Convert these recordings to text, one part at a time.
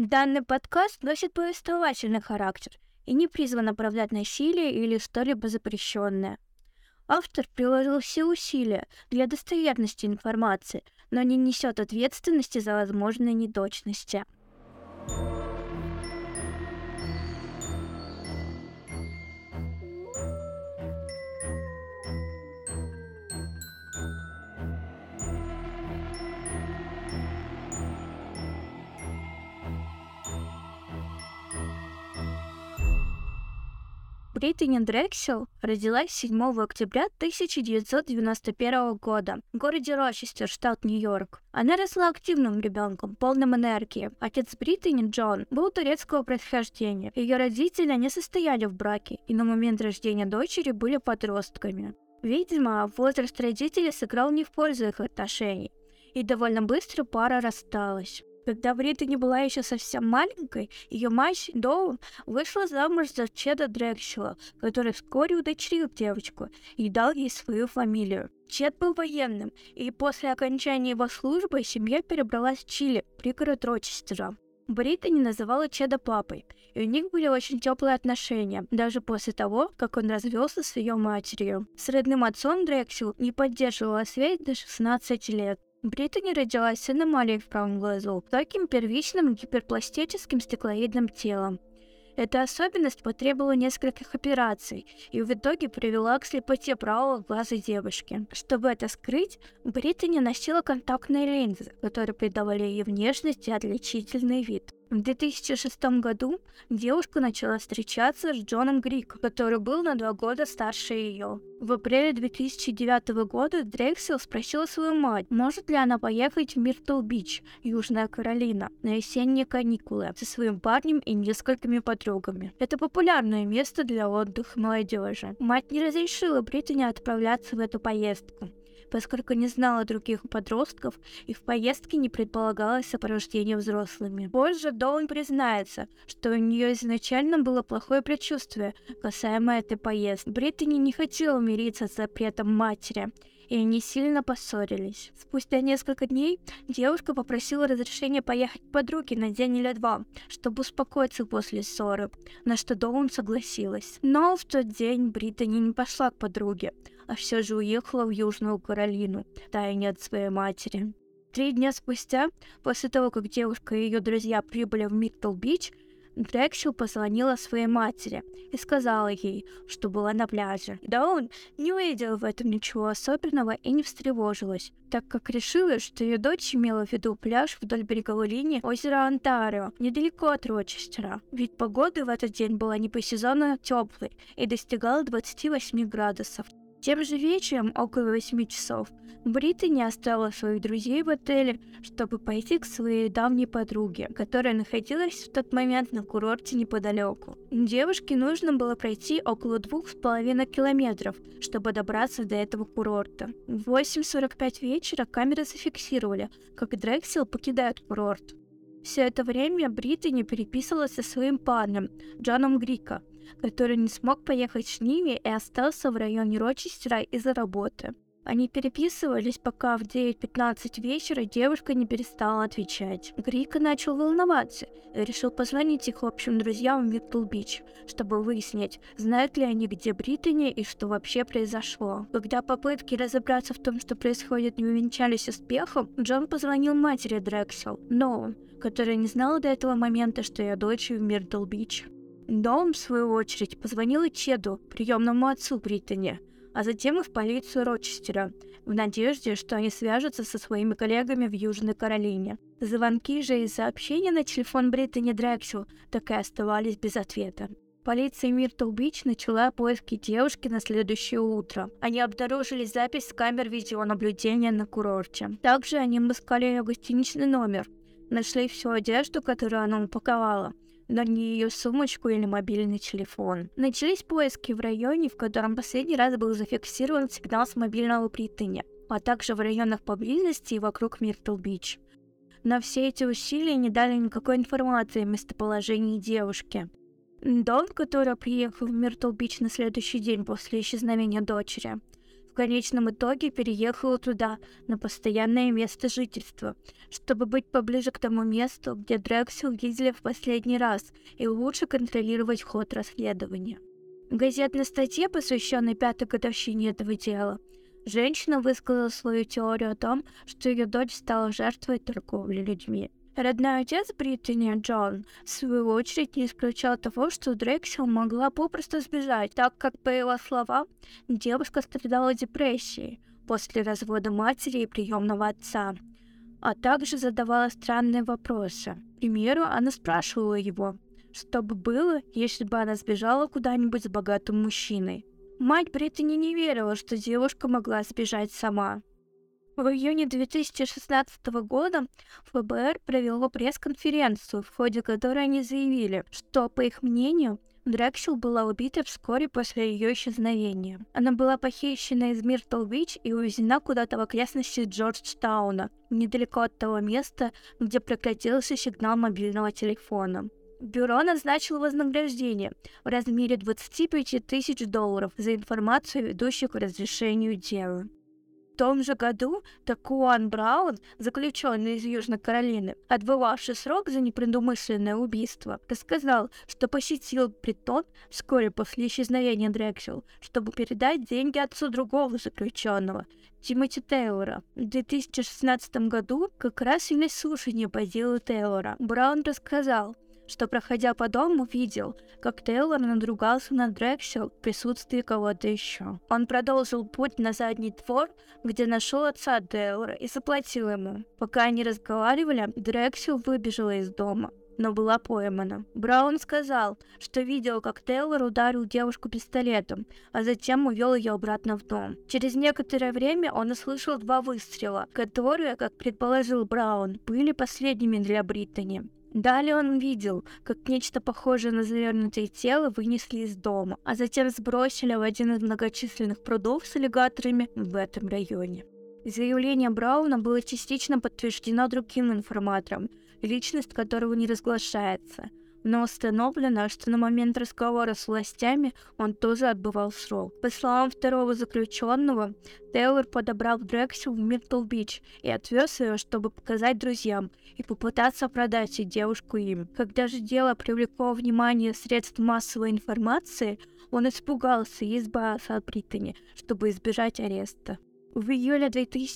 Данный подкаст носит повествовательный характер и не призван оправдать насилие или что-либо запрещенное. Автор приложил все усилия для достоверности информации, но не несет ответственности за возможные неточности. Британи Дрексел родилась 7 октября 1991 года в городе Рочестер, штат Нью-Йорк. Она росла активным ребенком, полным энергии. Отец Британи, Джон, был турецкого происхождения. Ее родители не состояли в браке и на момент рождения дочери были подростками. Видимо, возраст родителей сыграл не в пользу их отношений, и довольно быстро пара рассталась. Когда Британи была еще совсем маленькой, ее мать Доун вышла замуж за Чеда Дрексела, который вскоре удочерил девочку и дал ей свою фамилию. Чед был военным, и после окончания его службы семья перебралась в Чили, пригород Рочестера. Британи называла Чеда папой, и у них были очень теплые отношения, даже после того, как он развелся с ее матерью. С родным отцом Дрексел не поддерживала связь до 16 лет. Британи родилась с аномалией в правом глазу, таким первичным гиперпластическим стеклоидным телом. Эта особенность потребовала нескольких операций и в итоге привела к слепоте правого глаза девушки. Чтобы это скрыть, Британи носила контактные линзы, которые придавали ей внешность и отличительный вид. В 2006 году девушка начала встречаться с Джоном Гриком, который был на 2 года старше ее. В апреле 2009 года Дрексел спросила свою мать, может ли она поехать в Миртл-Бич, Южная Каролина, на осенние каникулы со своим парнем и несколькими подругами. Это популярное место для отдыха молодежи. Мать не разрешила Британи отправляться в эту поездку, поскольку не знала других подростков и в поездке не предполагалось сопровождение взрослыми. Позже Доун признается, что у нее изначально было плохое предчувствие касаемо этой поездки. Британи не хотела мириться с запретом матери, и они сильно поссорились. Спустя несколько дней девушка попросила разрешения поехать к подруге на день или 2, чтобы успокоиться после ссоры, на что Доун согласилась. Но в тот день Британи не пошла к подруге, а все же уехала в Южную Каролину, втайне от своей матери. 3 дня спустя, после того, как девушка и ее друзья прибыли в Миртл-Бич, Дрексел позвонила своей матери и сказала ей, что была на пляже. Доун не увидела в этом ничего особенного и не встревожилась, так как решила, что ее дочь имела в виду пляж вдоль береговой линии озера Онтарио, недалеко от Рочестера. Ведь погода в этот день была не по сезону теплой и достигала 28 градусов. Тем же вечером, около 8 часов, Британи оставила своих друзей в отеле, чтобы пойти к своей давней подруге, которая находилась в тот момент на курорте неподалеку. Девушке нужно было пройти около 2,5 километров, чтобы добраться до этого курорта. В 8:45 вечера камеры зафиксировали, как Дрексел покидает курорт. Все это время Британи переписывалась со своим парнем, Джоном Гриком, который не смог поехать с ними и остался в районе Рочестера из-за работы. Они переписывались, пока в 9:15 вечера девушка не перестала отвечать. Грика начал волноваться и решил позвонить их общим друзьям в Миртл-Бич, чтобы выяснить, знают ли они, где Британи и что вообще произошло. Когда попытки разобраться в том, что происходит, не увенчались успехом, Джон позвонил матери Дрексел, Доун, которая не знала до этого момента, что ее дочь в Миртл-Бич. Доун, в свою очередь, позвонила Чеду, приемному отцу Британи, а затем и в полицию Рочестера, в надежде, что они свяжутся со своими коллегами в Южной Каролине. Звонки же и сообщения на телефон Британи Дрексел так и оставались без ответа. Полиция Миртл-Бич начала поиски девушки на следующее утро. Они обнаружили запись с камер видеонаблюдения на курорте. Также они обыскали ее гостиничный номер, нашли всю одежду, которую она упаковала, но не ее сумочку или мобильный телефон. Начались поиски в районе, в котором последний раз был зафиксирован сигнал с мобильного Британи, а также в районах поблизости и вокруг Миртл-Бич. Но все эти усилия не дали никакой информации о местоположении девушки. Дон, который приехал в Миртл-Бич на следующий день после исчезновения дочери, конечном итоге переехала туда на постоянное место жительства, чтобы быть поближе к тому месту, где Дрексел видели в последний раз, и лучше контролировать ход расследования. В газетной статье, посвященной 5-й годовщине этого дела, женщина высказала свою теорию о том, что ее дочь стала жертвой торговли людьми. Родной отец Британи, Джон, в свою очередь не исключал того, что Дрексел могла попросту сбежать, так как, по его словам, девушка страдала депрессией после развода матери и приемного отца, а также задавала странные вопросы. К примеру, она спрашивала его, что бы было, если бы она сбежала куда-нибудь с богатым мужчиной. Мать Британи не верила, что девушка могла сбежать сама. В июне 2016 года ФБР провело пресс-конференцию, в ходе которой они заявили, что, по их мнению, Дрексел была убита вскоре после ее исчезновения. Она была похищена из Миртл-Бич и увезена куда-то в окрестности Джорджтауна, недалеко от того места, где прекратился сигнал мобильного телефона. Бюро назначило вознаграждение в размере $25 тысяч за информацию, ведущую к разрешению дела. В том же году Такуан Браун, заключенный из Южной Каролины, отбывавший срок за непредумышленное убийство, рассказал, что посетил притон вскоре после исчезновения Дрексел, чтобы передать деньги отцу другого заключенного, Тимоти Тейлора. В 2016 году как раз велись слушания по делу Тейлора. Браун рассказал, что, проходя по дому, видел, как Тейлор надругался над Дрексел в присутствии кого-то еще. Он продолжил путь на задний двор, где нашел отца Тейлора и заплатил ему. Пока они разговаривали, Дрексел выбежала из дома, но была поймана. Браун сказал, что видел, как Тейлор ударил девушку пистолетом, а затем увел ее обратно в дом. Через некоторое время он услышал 2 выстрела, которые, как предположил Браун, были последними для Британи. Далее он видел, как нечто похожее на завернутое тело вынесли из дома, а затем сбросили в один из многочисленных прудов с аллигаторами в этом районе. Заявление Брауна было частично подтверждено другим информатором, личность которого не разглашается, но установлено, что на момент разговора с властями он тоже отбывал срок. По словам второго заключенного, Тейлор подобрал Дрексел в Миртл-Бич и отвез ее, чтобы показать друзьям и попытаться продать девушку им. Когда же дело привлекло внимание средств массовой информации, он испугался и избавился от Британи, чтобы избежать ареста. В июле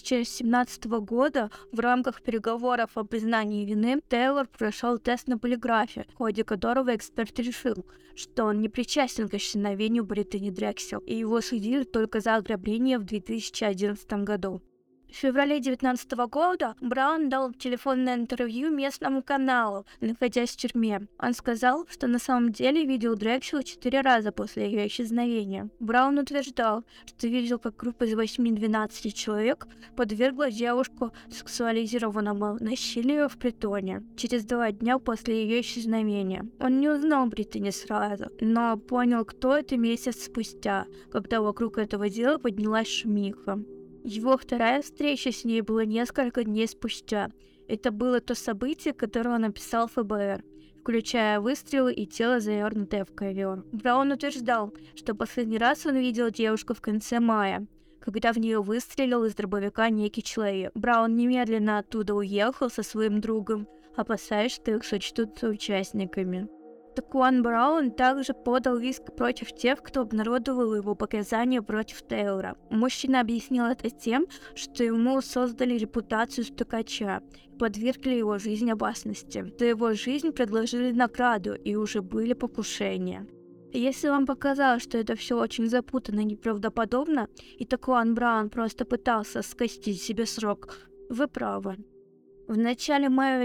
2017 года в рамках переговоров о признании вины Тейлор прошел тест на полиграфе, в ходе которого эксперт решил, что он не причастен к исчезновению Британи Дрексел, и его судили только за ограбление в 2011 году. В феврале 2019 года Браун дал телефонное интервью местному каналу, находясь в тюрьме. Он сказал, что на самом деле видел Дрексел 4 раза после ее исчезновения. Браун утверждал, что видел, как группа из 8-12 человек подвергла девушку сексуализированному насилию в притоне через 2 дня после ее исчезновения. Он не узнал Британи сразу, но понял, кто это месяц спустя, когда вокруг этого дела поднялась шумиха. Его вторая встреча с ней была несколько дней спустя. Это было то событие, которое он описал ФБР, включая выстрелы и тело, завернутое в ковер. Браун утверждал, что последний раз он видел девушку в конце мая, когда в нее выстрелил из дробовика некий человек. Браун немедленно оттуда уехал со своим другом, опасаясь, что их сочтут соучастниками. Такуан Браун также подал иск против тех, кто обнародовал его показания против Тейлора. Мужчина объяснил это тем, что ему создали репутацию стукача и подвергли его жизнь опасности. За его жизнь предложили награду и уже были покушения. Если вам показалось, что это все очень запутанно и неправдоподобно, и Такуан Браун просто пытался скостить себе срок, вы правы. В начале мая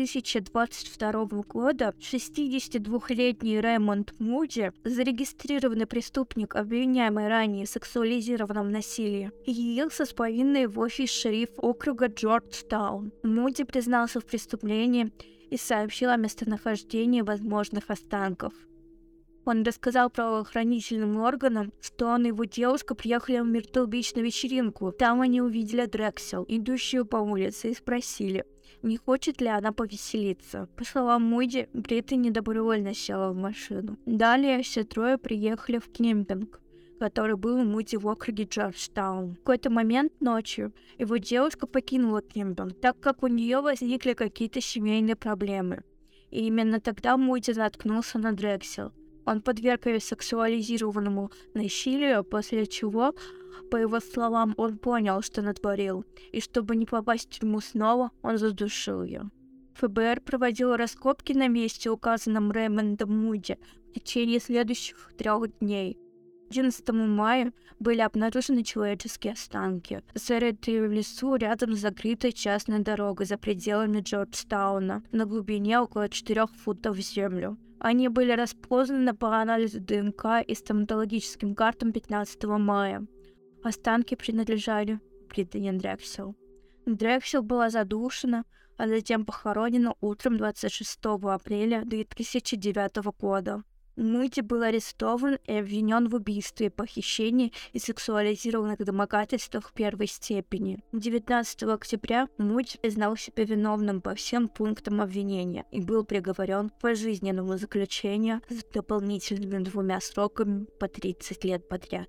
2022 года 62-летний Рэймонд Муди, зарегистрированный преступник, обвиняемый ранее в сексуализированном насилии, явился с повинной в офис шерифа округа Джорджтаун. Муди признался в преступлении и сообщил о местонахождении возможных останков. Он рассказал правоохранительным органам, что он и его девушка приехали в Миртл-Бич на вечеринку. Там они увидели Дрексел, идущую по улице, и спросили, не хочет ли она повеселиться. По словам Муди, Британи добровольно села в машину. Далее все трое приехали в кемпинг, который был в Муди в округе Джорджтаун. В какой-то момент ночью его девушка покинула Кимберл, так как у нее возникли какие-то семейные проблемы. И именно тогда Муди наткнулся на Дрексел. Он подверг ее сексуализированному насилию, после чего, по его словам, он понял, что натворил, и чтобы не попасть в тюрьму снова, он задушил ее. ФБР проводило раскопки на месте, указанном Рэймондом Муди, в течение следующих 3 дней. 11 мая были обнаружены человеческие останки, зарытые в лесу рядом с закрытой частной дорогой за пределами Джорджтауна, на глубине около 4 футов в землю. Они были распознаны по анализу ДНК и стоматологическим картам 15 мая. Останки принадлежали Британи Дрексел. Дрексел была задушена, а затем похоронена утром 26 апреля 2009 года. Муди был арестован и обвинен в убийстве, похищении и сексуализированных домогательствах первой степени. 19 октября Муди признал себя виновным по всем пунктам обвинения и был приговорен к пожизненному заключению с дополнительными 2 сроками по 30 лет подряд.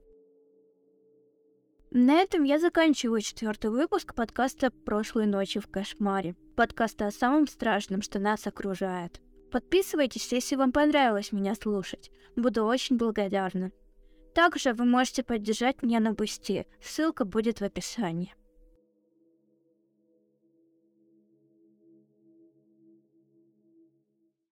На этом я заканчиваю 4-й выпуск подкаста «Прошлой ночи в кошмаре». Подкаста о самом страшном, что нас окружает. Подписывайтесь, если вам понравилось меня слушать. Буду очень благодарна. Также вы можете поддержать меня на Бусти. Ссылка будет в описании.